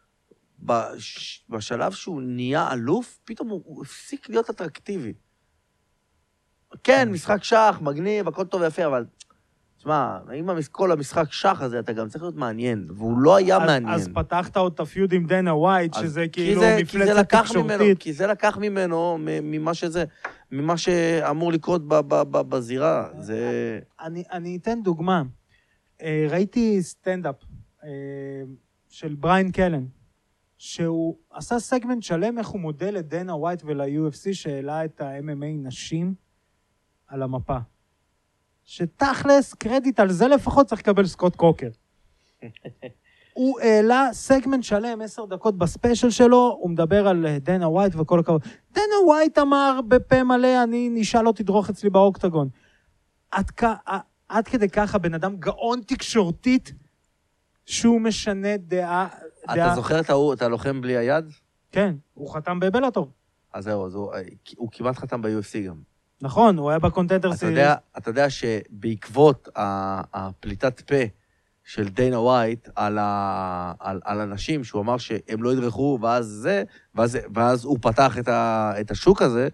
בשלב שהוא נהיה אלוף, פתאום הוא הפסיק להיות אטרקטיבי. כן, משחק שח, מגניב, הכל טוב ויפה, אבל... תשמע, אם כל המשחק שח הזה, אתה גם צריך להיות מעניין, והוא לא היה מעניין. אז פתחת עוד את הפיוד עם דנה ווייט, שזה כאילו מפלצת תקשורתית. כי זה לקח ממנו, ממה שזה, ממה שאמור לקרות בזירה. אני אתן דוגמה. ראיתי סטנדאפ של בריין קלן, שהוא עשה סגמנט שלם איך הוא מודל לדנה ווייט ול-יו אף סי, שהעלה את ה-אם אם איי נשים על המפה. שתכלס, קרדיט על זה לפחות צריך לקבל סקוט קוקר. הוא העלה סגמנט שלם, עשר דקות בספיישל שלו, הוא מדבר על דנה ווייט וכל הכבוד. דנה ווייט אמר בפה מלא, אני נשאל לא תדרוך אצלי באוקטגון. עד, עד כדי ככה, בן אדם גאון תקשורתית, שהוא משנה דעה... אתה דעה... זוכר את, את הלוחם בלי היד? כן, הוא חתם בבלאטור. אז זהו, אז הוא, הוא כמעט חתם ב-יו אף סי גם. נכון, הוא היה בקונטנדר סיריס. אתה יודע שבעקבות הפליטת פה של דיינה ווייט על, ה, על, על אנשים, שהוא אמר שהם לא ידרכו, ואז זה, ואז, ואז הוא פתח את, ה, את השוק הזה,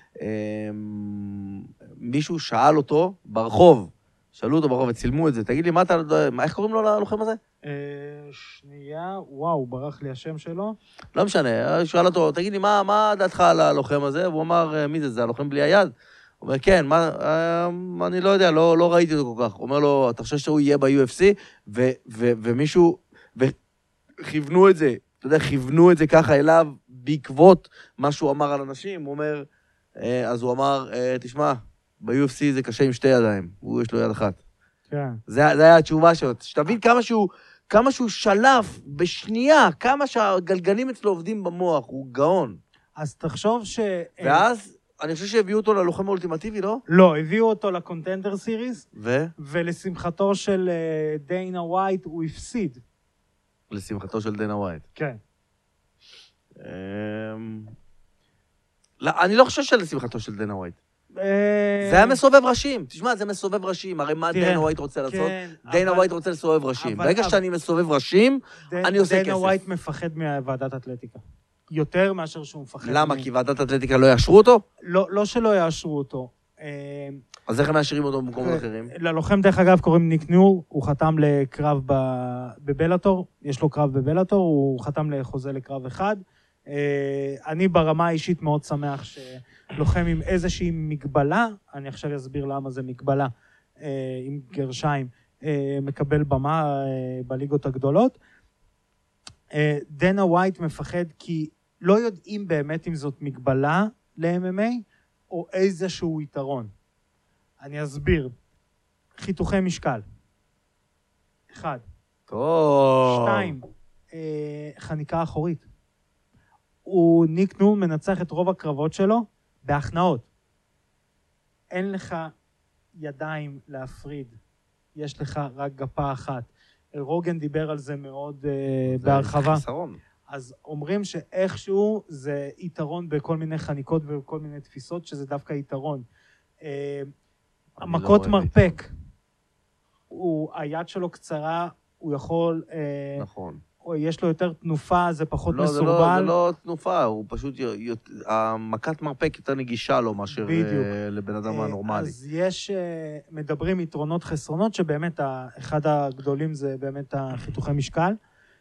מישהו שאל אותו ברחוב, שאלו אותו ברחוב וצילמו את זה, תגיד לי, מה אתה, איך קוראים לו ללוחם הזה? שנייה, וואו, ברח לי השם שלו. לא משנה, שאל אותו, תגיד לי, מה, מה דעתך על הלוחם הזה? והוא אמר, מי זה, זה הלוחם בלי היד? הוא אומר, כן, מה, אני לא יודע, לא, לא ראיתי אותו כל כך. הוא אומר לו, אתה חושב שהוא יהיה ב-יו אף סי? ו, ו, ומישהו, וכיוונו את זה, אתה יודע, כיוונו את זה ככה אליו, בעקבות מה שהוא אמר על אנשים. הוא אומר, אז הוא אמר, תשמע, ב-יו אף סי זה קשה עם שתי ידיים, הוא יש לו יד אחת. כן. זה, זה היה התשובה שלו. שתבין כמה שהוא, כמה שהוא שלף בשנייה, כמה שהגלגלים אצלו עובדים במוח, הוא גאון. אז תחשוב ש... ואז, אני חושב שהביאו אותו ללוחם האולטימטיבי, לא? לא, הביאו אותו לקונטנדר סיריס, ו? ולשמחתו של דיינה ווייט הוא הפסיד. לשמחתו של דיינה ווייט. כן. לא, אני לא חושב שלשמחתו של דיינה ווייט. זה היה מסובב ראשים. תשמע, זה מסובב ראשים. הרי מה דיינה ווייט רוצה לעשות? דיינה ווייט רוצה לסובב ראשים. ברגע שאני מסובב ראשים, אני עושה כסף. דיינה ווייט מפחד מוועדת אתלטיקה. יותר מאשר שהוא מפחד. למה? כי ועדת אתלטיקה לא יאשרו אותו? לא שלא יאשרו אותו. אז איך הם מאשרים אותו במקומות אחרים? ללוחם, דרך אגב, קוראים ניק ניור, הוא חתם לקרב בבלאטור, יש לו קרב בבלאטור, הוא חתם לחוזה לקרב אחד, אני ברמה האישית מאוד שמח שלוחם עם איזושהי מגבלה, אני עכשיו אסביר למה זה מגבלה, עם גרשיים, מקבל במה בליגות הגדולות. דנה ווייט מפחד כי לא יודעים באמת אם זאת מגבלה ל-אם אם איי או איזשהו יתרון. אני אסביר. חיתוכי משקל. אחד. טוב. שתיים. חניקה אחורית. הוא, ניק נול, מנצח את רוב הקרבות שלו בהכנעות. אין לך ידיים להפריד. יש לך רק גפה אחת. רוגן דיבר על זה מאוד uh, בהרחבה. חסרון. אז אומרים שאיכשהו זה יתרון בכל מיני חניקות ובכל מיני תפיסות, שזה דווקא יתרון. Uh, המכות לא מרפק, הוא, היד שלו קצרה, הוא יכול... Uh, נכון. או יש לו יותר תנופה, זה פחות לא, מסורבל. זה לא, זה לא תנופה, הוא פשוט... המכת מרפק יותר נגישה לו מאשר בדיוק. לבן אדם הנורמלי. אז יש, מדברים יתרונות חסרונות, שבאמת אחד הגדולים זה באמת החיתוכי משקל,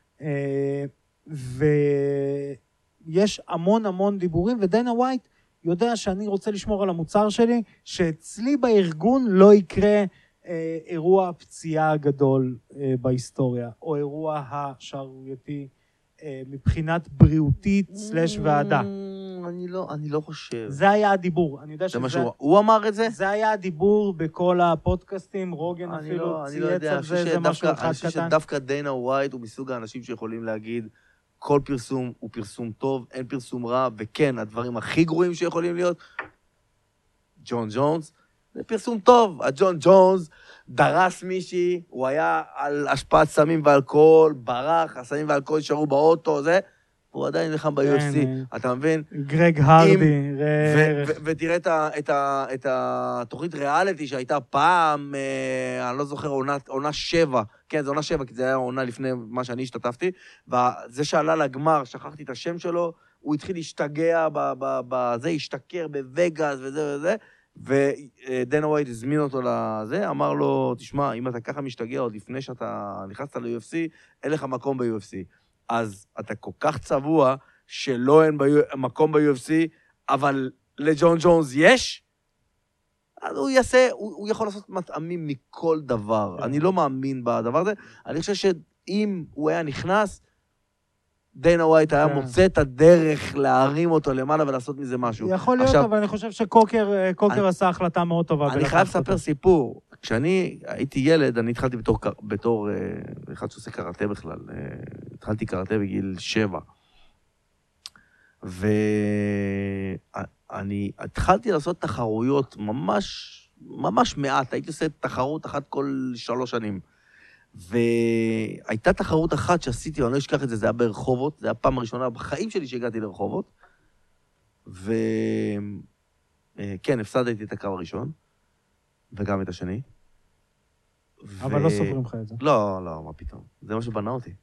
ויש המון המון דיבורים, ודנה ווייט יודע שאני רוצה לשמור על המוצר שלי, שאצלי בארגון לא יקרה אירוע פציעה גדול בהיסטוריה, או אירוע השערורייתי מבחינת בריאותית סלש ועדה. אני לא, אני לא חושב. זה היה הדיבור. אני יודע שזה... זה משהו, הוא אמר את זה? זה היה הדיבור בכל הפודקאסטים, רוגן אפילו צייץ על זה, זה משהו אחד קטן. אני חושב שדווקא דנה ווייט הוא מסוג האנשים שיכולים להגיד, כל פרסום הוא פרסום טוב, אין פרסום רע, וכן, הדברים הכי גרועים שיכולים להיות, ג'ון ג'ונס, זה פרסום טוב. הג'ון ג'ונס דרס מישהי, הוא היה על השפעת סמים ואלכוהול, ברח, הסמים ואלכוהול נשארו באוטו, זה, הוא עדיין נלחם ב-יו אף סי, אתה מבין? גרג הרדי. ותראה את התוכנית ריאליטי שהייתה פעם, אני לא זוכר, עונה שבע, כן, זו עונה שבע, כי זה היה עונה לפני מה שאני השתתפתי, וזה שעלה לגמר, שכחתי את השם שלו, הוא התחיל להשתגע בזה, השתכר בווגאס וזה וזה, ודנה ווייט הזמין אותו לזה, אמר לו, תשמע, אם אתה ככה משתגע עוד לפני שאתה נכנסת ל-יו אף סי, אין לך מקום ב-יו אף סי. אז אתה כל כך צבוע שלא אין מקום ב-יו אף סי, אבל לג'ון ג'ונס יש, אז הוא יעשה, הוא, הוא יכול לעשות מטעמים מכל דבר. אני לא מאמין בדבר הזה. אני חושב שאם הוא היה נכנס, דנה ווייט היה מוצא את הדרך להרים אותו למעלה ולעשות מזה משהו. יכול להיות, אבל אני חושב שקוקר עשה החלטה מאוד טובה. אני חייב לספר סיפור. כשאני הייתי ילד, אני התחלתי בתור אחד שעושה קראטה בכלל. התחלתי קראטה בגיל שבע. ואני התחלתי לעשות תחרויות ממש, ממש מעט. הייתי עושה תחרות אחת כל שלוש שנים. והייתה תחרות אחת שעשיתי, ואני לא אשכח את זה, זה היה ברחובות, זה היה הפעם הראשונה בחיים שלי שהגעתי לרחובות, וכן, הפסדתי את הקרב הראשון, וגם את השני. אבל ו... לא סופרים לך את זה. לא, לא, מה פתאום, זה מה שבנה אותי.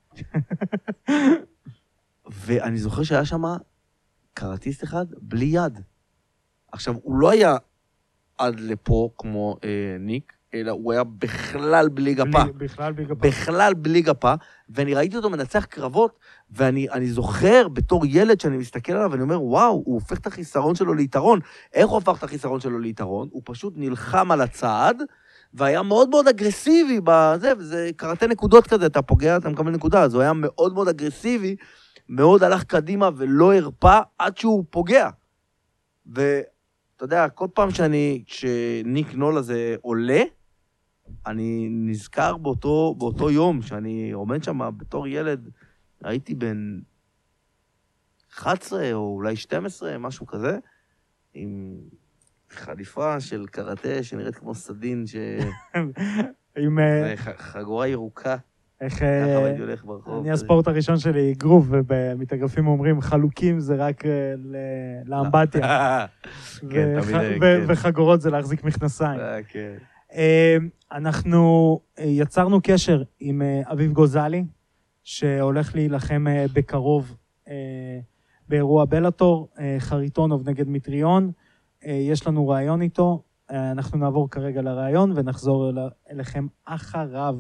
ואני זוכר שהיה שם קראטיסט אחד בלי יד. עכשיו, הוא לא היה עד לפה כמו אה, ניק, אלא הוא היה בכלל בלי גפה. בכלל בלי גפה. בכלל בלי גפה, ואני ראיתי אותו מנצח קרבות, ואני אני זוכר בתור ילד שאני מסתכל עליו, ואני אומר, וואו, הוא הופך את החיסרון שלו ליתרון. איך הוא הופך את החיסרון שלו ליתרון? הוא פשוט נלחם על הצעד, והיה מאוד מאוד אגרסיבי בזה, וזה קראטה נקודות כזה, אתה פוגע, אתה מקבל נקודה, אז הוא היה מאוד מאוד אגרסיבי, מאוד הלך קדימה ולא הרפא עד שהוא פוגע. ואתה יודע, כל פעם שאני, כשניק נול הזה עולה, אני נזכר באותו, באותו יום שאני עומד שם בתור ילד, הייתי בן אחת עשרה או אולי שתים עשרה, משהו כזה, עם חליפה של קראטה שנראית כמו סדין, ש... עם... חגורה ירוקה. איך... ככה הייתי הולך ברחוב. אני הספורט הראשון שלי אגרוף, ובמתאגרפים אומרים, חלוקים זה רק לאמבטיה. וחגורות זה להחזיק מכנסיים. כן. אנחנו יצרנו קשר עם אביב גוזלי, שהולך להילחם בקרוב באירוע בלאטור, חריטונוב נגד מטריון. יש לנו רעיון איתו, אנחנו נעבור כרגע לרעיון ונחזור אליכם אחריו.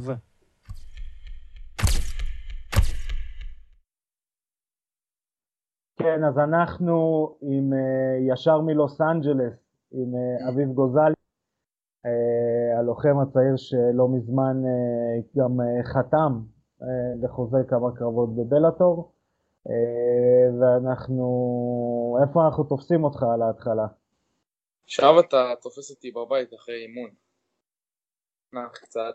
כן, אז אנחנו עם ישר מלוס אנג'לס, עם אביב גוזלי, הלוחם הצעיר שלא מזמן גם חתם לחוזה כמה קרבות בבלאטור, ואנחנו, איפה אנחנו תופסים אותך על ההתחלה? עכשיו אתה תופס אותי בבית אחרי אימון. נח קצת.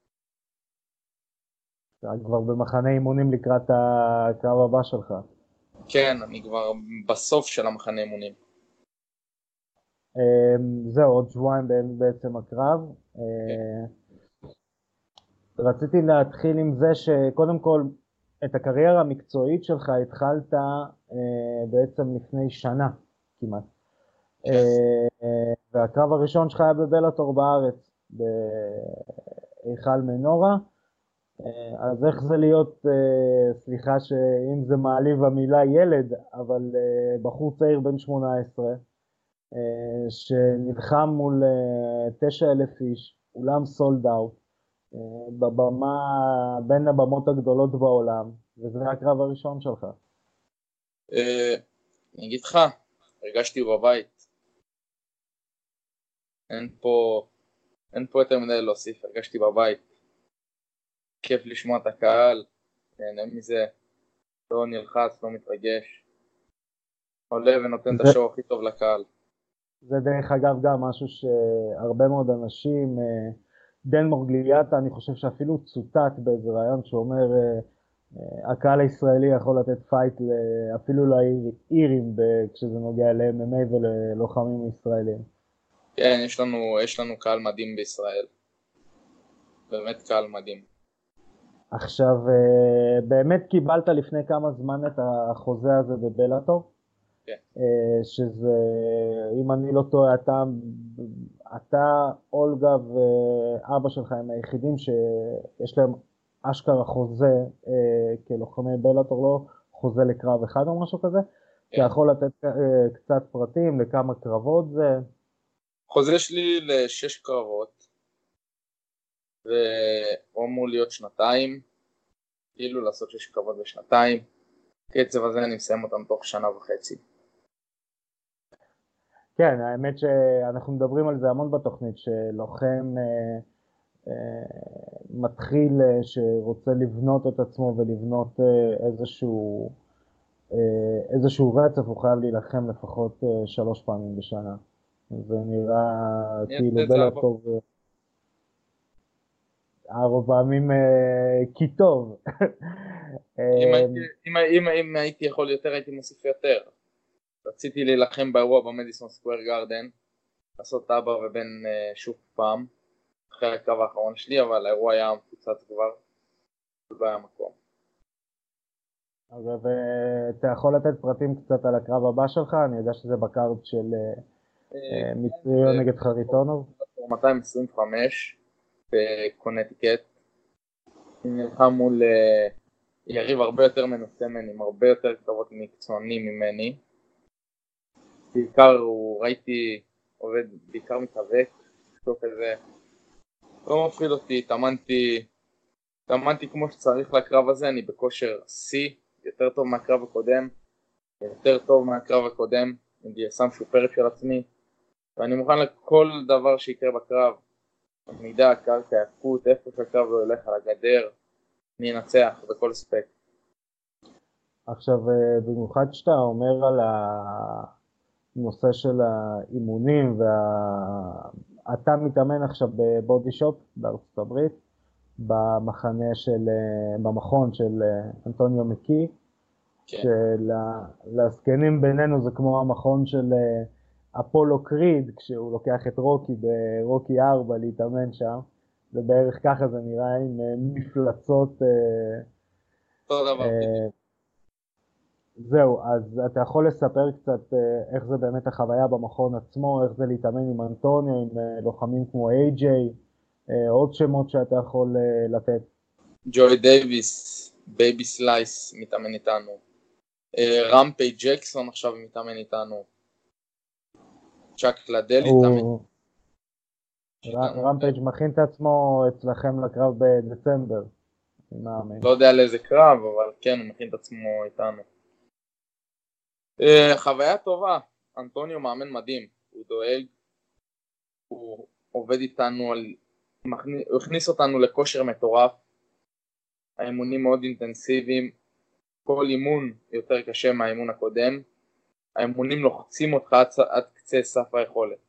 אתה כבר במחנה אימונים לקראת הקרב הבא שלך. כן, אני כבר בסוף של המחנה אימונים. זהו, עוד שבועיים בעצם הקרב. רציתי להתחיל עם זה שקודם כל את הקריירה המקצועית שלך התחלת בעצם לפני שנה כמעט. והקרב הראשון שלך היה בבלאטור בארץ, בהיכל מנורה. אז איך זה להיות, סליחה שאם זה מעליב המילה ילד, אבל בחור צעיר בן שמונה עשרה, שנלחם מול תשע אלף איש, אולם סולד אאוט, בבמה, בין הבמות הגדולות בעולם, וזה הקרב הראשון שלך. אני אגיד לך, הרגשתי בבית. אין פה, אין פה יותר מדי להוסיף, הרגשתי בבית. כיף לשמוע את הקהל, נהנה מזה, לא נלחץ, לא מתרגש. עולה ונותן את השואו הכי טוב לקהל. זה דרך אגב גם משהו שהרבה מאוד אנשים, דן מורגליאטה, אני חושב שאפילו צוטט באיזה רעיון שאומר, הקהל הישראלי יכול לתת פייט אפילו לאירים כשזה נוגע ל-אם אם איי וללוחמים ישראלים. כן, יש לנו, יש לנו קהל מדהים בישראל. באמת קהל מדהים. עכשיו, באמת קיבלת לפני כמה זמן את החוזה הזה בבלאטור? כן. שזה, אם אני לא טועה, אתה, אתה, אולגה ואבא שלך הם היחידים שיש להם אשכרה חוזה כלוחמי בלאטור, לא חוזה לקרב אחד או משהו כזה? אתה יכול לתת קצת פרטים לכמה קרבות זה? חוזה שלי לשש קרבות, והוא אמור להיות שנתיים, כאילו לעשות שש קרבות בשנתיים. קצב הזה אני מסיים אותם תוך שנה וחצי. כן, האמת שאנחנו מדברים על זה המון בתוכנית, שלוחם אה, אה, מתחיל אה, שרוצה לבנות את עצמו ולבנות אה, איזשהו, אה, איזשהו רצף, הוא חייב להילחם לפחות אה, שלוש פעמים בשנה. זה נראה כאילו בלאטור ארבע פעמים אה, כי טוב. אם הייתי, אם, אם, אם הייתי יכול יותר, הייתי מוסיף יותר. רציתי להילחם באירוע במדיסון סקוואר גארדן, לעשות אבא ובן uh, שוב פעם, אחרי הקרב האחרון שלי, אבל האירוע היה מפוצץ כבר, לא היה מקום. ואתה יכול לתת פרטים קצת על הקרב הבא שלך? אני יודע שזה בקארד של מצריו נגד חריטונוב. מאתיים עשרים וחמש בקונטיקט, נלחם מול יריב הרבה יותר מנוסה ממני, עם הרבה יותר קרבות מקצוענים ממני. בעיקר הוא, ראיתי, עובד בעיקר מתאבק, שוק כזה, לא מפחיד אותי, תאמנתי, תאמנתי כמו שצריך לקרב הזה, אני בכושר C, יותר טוב מהקרב הקודם, יותר טוב מהקרב הקודם, עם גרסה משופרת של עצמי, ואני מוכן לכל דבר שיקרה בקרב, מידע, קרקע, יפות, איפה שהקרב לא ילך על הגדר, אני אנצח בכל ספק. עכשיו, במיוחד שאתה אומר על הנושא של האימונים, ואתה מתאמן עכשיו בבודי שופ בארצות הברית, במחנה של, במכון של אנטוניו מקי, כן. שלסגנים בינינו זה כמו המכון של אפולו קריד, כשהוא לוקח את רוקי ברוקי ארבע להתאמן שם, זה בערך ככה זה נראה עם מפלצות. אותו דבר. זהו, אז אתה יכול לספר קצת איך זה באמת החוויה במכון עצמו, איך זה להתאמן עם אנטוניו, עם לוחמים כמו איי ג'יי, עוד שמות שאתה יכול לתת. ג'וי דייביס, בייבי סלייס מתאמן איתנו, רמפי ג'קסון עכשיו מתאמן איתנו, צ'אק לדלי מתאמן. רמפייג' מכין את עצמו אצלכם לקרב בדצמבר. לא יודע לאיזה קרב, אבל כן, הוא מכין את עצמו איתנו. Uh, חוויה טובה, אנטוניו מאמן מדהים, הוא דואג, הוא עובד איתנו, על... הוא הכניס אותנו לכושר מטורף, האימונים מאוד אינטנסיביים, כל אימון יותר קשה מהאימון הקודם, האימונים לוחצים אותך עד, עד קצה סף היכולת.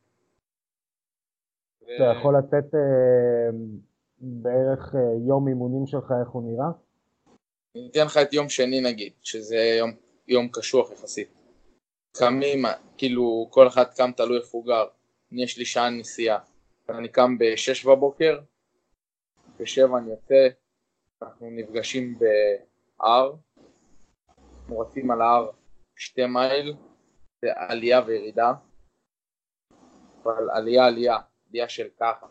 אתה יכול לתת אה, בערך אה, יום אימונים שלך, איך הוא נראה? אני אתן לך את יום שני נגיד, שזה יום, יום קשוח יחסית. קמים, כאילו כל אחד קם תלוי איפה הוא גר, יש לי שעה נסיעה, אני קם בשש בבוקר, בשבע אני יוצא, אנחנו נפגשים בהר, אנחנו רצים על ההר שתי מייל, זה עלייה וירידה, אבל עלייה עלייה, עלייה של ככה.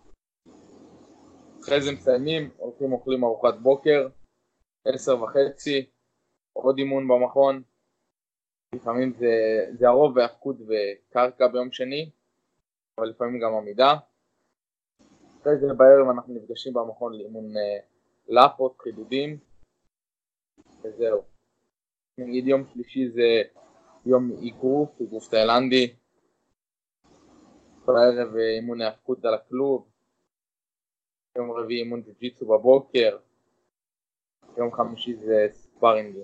אחרי זה מסיימים, הולכים אוכלים ארוחת בוקר, עשר וחצי, עוד אימון במכון, לפעמים זה, זה הרוב והפקוד וקרקע ביום שני, אבל לפעמים גם עמידה. אחרי זה בערב אנחנו נפגשים במכון לאימון לפות, חידודים, וזהו. נגיד יום שלישי זה יום אגרוף, אגרוף תאילנדי, בערב אימון ההפקות על הכלוב, יום רביעי אימון ג'ו-ג'יטסו בבוקר, יום חמישי זה ספארינגים.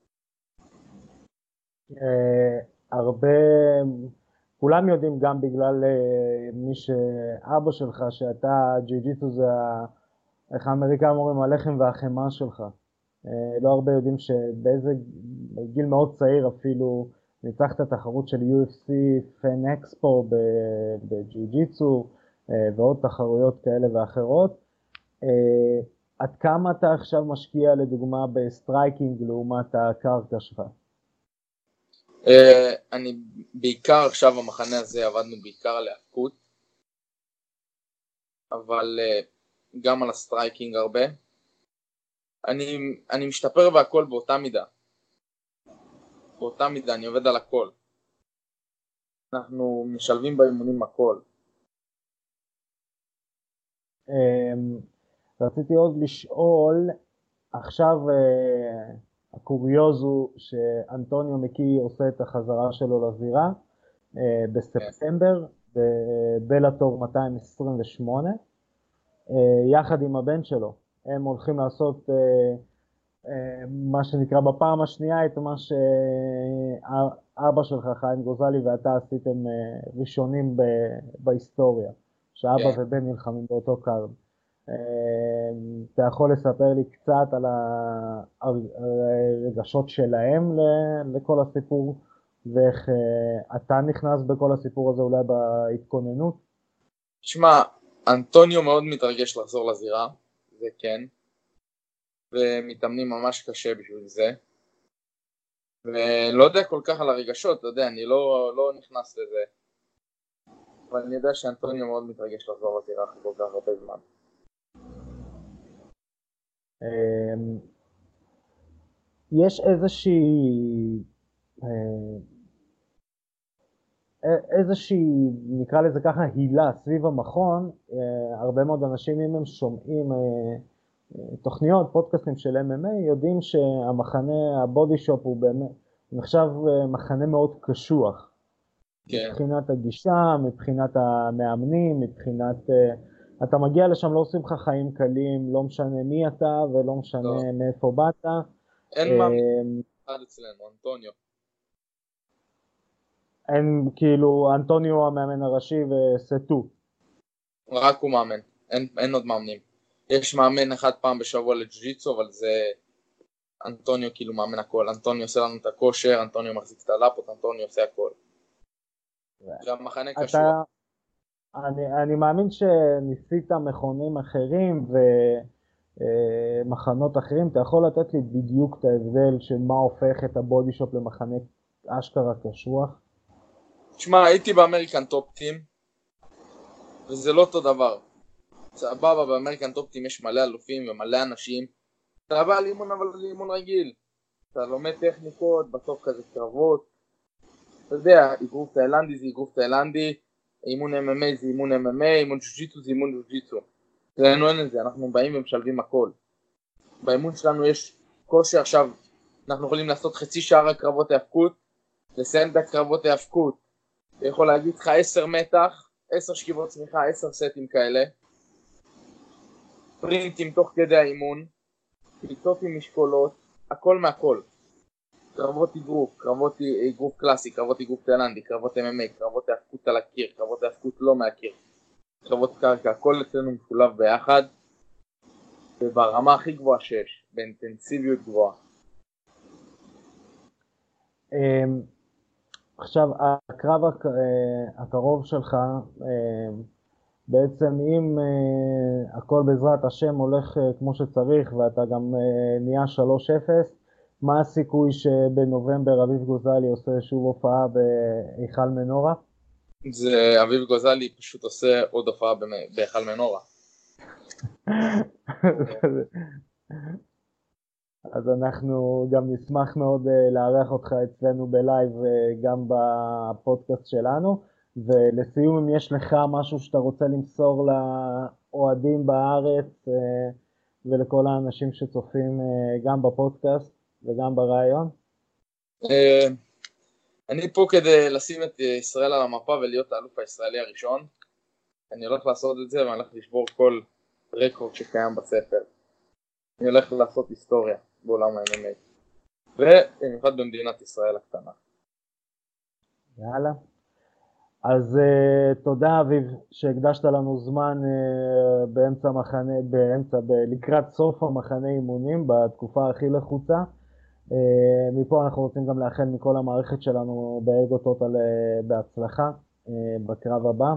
הרבה, כולם יודעים גם בגלל מי שאבא שלך, שאתה ג'ו-ג'יטסו זה, איך האמריקאים אומרים, הלחם והחמה שלך. לא הרבה יודעים שבאיזה גיל מאוד צעיר אפילו ניצחת תחרות של יו אף סי פן אקספו בג'ו-ג'יטסו ועוד תחרויות כאלה ואחרות. עד כמה אתה עכשיו משקיע לדוגמה בסטרייקינג לעומת הקרקע שלך? אני בעיקר עכשיו במחנה הזה עבדנו בעיקר על ההפקות, אבל גם על הסטרייקינג הרבה. אני, אני משתפר בהכל באותה מידה. באותה מידה, אני עובד על הכל. אנחנו משלבים באימונים הכל. רציתי עוד לשאול, עכשיו הקוריוז הוא שאנטוניו מקי עושה את החזרה שלו לזירה בספטמבר, בבלאטור מאתיים עשרים ושמונה, יחד עם הבן שלו. הם הולכים לעשות מה שנקרא בפעם השנייה את מה שאבא שלך חיים גוזלי ואתה עשיתם ראשונים בהיסטוריה, שאבא yeah. ובן נלחמים באותו קארד. אתה יכול לספר לי קצת על הרגשות שלהם לכל הסיפור, ואיך אתה נכנס בכל הסיפור הזה אולי בהתכוננות? תשמע, אנטוניו מאוד מתרגש לחזור לזירה, זה כן, ומתאמנים ממש קשה בשביל זה, ולא יודע כל כך על הרגשות, אתה יודע, אני לא, לא נכנס לזה, אבל אני יודע שאנטוניו מאוד מתרגש לחזור לזירה אחרי כל כך הרבה זמן. יש איזושהי איזושהי, נקרא לזה ככה, הילה סביב המכון. הרבה מאוד אנשים, אם הם שומעים תוכניות, פודקאסטים של אם אם איי, יודעים שהמחנה, הבודי שופ הוא באמת נחשב מחנה מאוד קשוח. כן. מבחינת הגישה, מבחינת המאמנים, מבחינת... אתה מגיע לשם, לא עושים לך חיים קלים, לא משנה מי אתה ולא משנה לא. מאיפה באת. אין מאמין אחד אצלנו, אנטוניו. אין, כאילו, אנטוניו המאמן הראשי וסטו. רק הוא מאמן, אין, אין עוד מאמנים. יש מאמן אחד פעם בשבוע לג'ו-ג'יטסו, אבל זה אנטוניו כאילו מאמן הכל. אנטוניו עושה לנו את הכושר, אנטוניו מחזיק את הלפות, אנטוניו עושה הכל. והמחנה קשור. אתה... אני, אני מאמין שניסית מכונים אחרים ומחנות אחרים. אתה יכול לתת לי בדיוק את ההבדל של מה הופך את הבודי שופ למחנה אשכרה קשוח? תשמע, הייתי באמריקן טופ טים, וזה לא אותו דבר. סבבה, באמריקן טופ טים יש מלא אלופים ומלא אנשים. אתה בא לאימון, אבל לאימון רגיל. אתה לומד טכניקות, בסוף כזה קרבות. אתה יודע, אגרוף תאילנדי זה אגרוף תאילנדי, אימון אם אם איי זה אימון אם אם איי, אימון ג'ו-ג'יטסו זה אימון ג'ו-ג'יטסו. אצלנו אין את זה, אנחנו באים ומשלבים הכל. באימון שלנו יש כושר, עכשיו אנחנו יכולים לעשות חצי שעה רק קרבות ההפקות, לסיים את הקרבות ההאבקות, יכול להגיד לך עשר מתח, עשר שכיבות צמיחה, עשר סטים כאלה, פרינטים תוך כדי האימון, פליטות עם משקולות, הכל מהכל. קרבות אגרוף, קרבות אגרוף קלאסי, קרבות אגרוף תאילנדי, קרבות אם אם איי, קרבות האבקות על הקיר, קרבות האבקות לא מהקיר, קרבות קרקע, הכל אצלנו משולב ביחד, וברמה הכי גבוהה שיש, באינטנסיביות גבוהה. עכשיו, הקרב הקרוב שלך, בעצם אם הכל בעזרת השם הולך כמו שצריך ואתה גם נהיה שלוש אפס, מה הסיכוי שבנובמבר אביב גוזלי עושה שוב הופעה בהיכל מנורה? זה אביב גוזלי פשוט עושה עוד הופעה בהיכל מנורה. אז אנחנו גם נשמח מאוד לארח אותך אצלנו בלייב גם בפודקאסט שלנו. ולסיום, אם יש לך משהו שאתה רוצה למסור לאוהדים בארץ ולכל האנשים שצופים גם בפודקאסט וגם ברעיון? אני פה כדי לשים את ישראל על המפה ולהיות האלוף הישראלי הראשון. אני הולך לעשות את זה ואני הולך לשבור כל רקורד שקיים בספר. אני הולך לעשות היסטוריה בעולם ה-אם אם איי, ובמיוחד במדינת ישראל הקטנה. יאללה. אז uh, תודה אביב שהקדשת לנו זמן uh, באמצע מחנה, באמצע, ב- לקראת סוף המחנה אימונים בתקופה הכי לחוצה. Uh, מפה אנחנו רוצים גם לאחל מכל המערכת שלנו באגו טוטל uh, בהצלחה uh, בקרב הבא.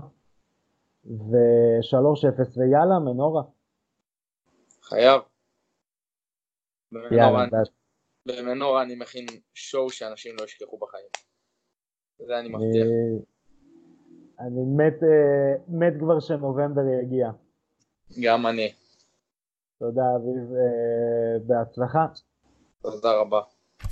ו-שלוש אפס ויאללה, מנורה. חייב. יאללה, במנורה, אני, במנורה אני מכין שואו שאנשים לא ישכחו בחיים. זה אני מבטיח. אני מת, מת כבר שנובמבר יגיע. גם אני. תודה אביב, בהצלחה. תודה רבה.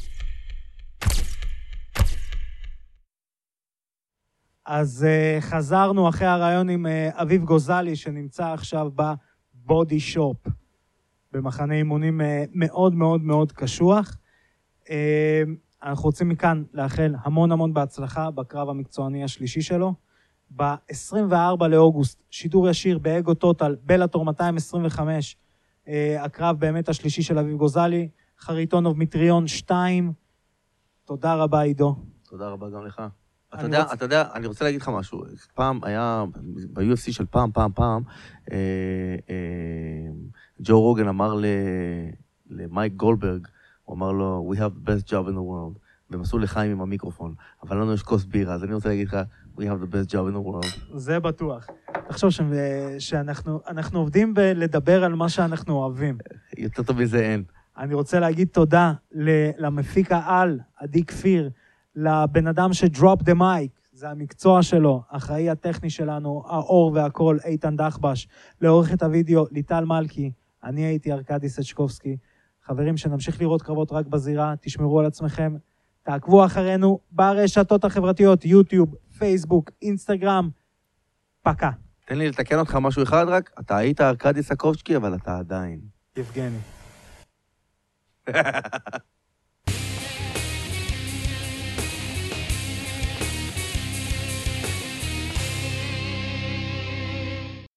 אז uh, חזרנו אחרי הרעיון עם uh, אביב גוזלי, שנמצא עכשיו בבודי שופ, במחנה אימונים uh, מאוד מאוד מאוד קשוח. Uh, אנחנו רוצים מכאן לאחל המון המון בהצלחה בקרב המקצועני השלישי שלו. ב-עשרים וארבעה לאוגוסט, שידור ישיר באגו טוטל, בלאטור מאתיים עשרים וחמש, uh, הקרב באמת השלישי של אביב גוזלי, חריטונוב מטריון שתיים. תודה רבה עידו. תודה רבה גם לך. אתה יודע, אתה יודע, אני רוצה להגיד לך משהו. פעם היה, ב-יו אף סי של פעם, פעם, פעם, ג'ו רוגן אמר למייק גולדברג, הוא אמר לו, we have the best job in the world, והם עשו לחיים עם המיקרופון, אבל לנו יש כוס בירה, אז אני רוצה להגיד לך, we have the best job in the world. זה בטוח. תחשוב שאנחנו עובדים בלדבר על מה שאנחנו אוהבים. יותר טוב מזה אין. אני רוצה להגיד תודה למפיק העל, עדי כפיר, לבן אדם שדרופ דה מייק, זה המקצוע שלו, אחראי הטכני שלנו, האור והכל, איתן דחבש, לעורכת הוידאו, ליטל מלכי, אני הייתי ארקדי סצ'קובסקי. חברים, שנמשיך לראות קרבות רק בזירה, תשמרו על עצמכם, תעקבו אחרינו ברשתות החברתיות, יוטיוב, פייסבוק, אינסטגרם, פקה. תן לי לתקן אותך משהו אחד רק, אתה היית ארקדי סצ'קובסקי, אבל אתה עדיין. יבגני.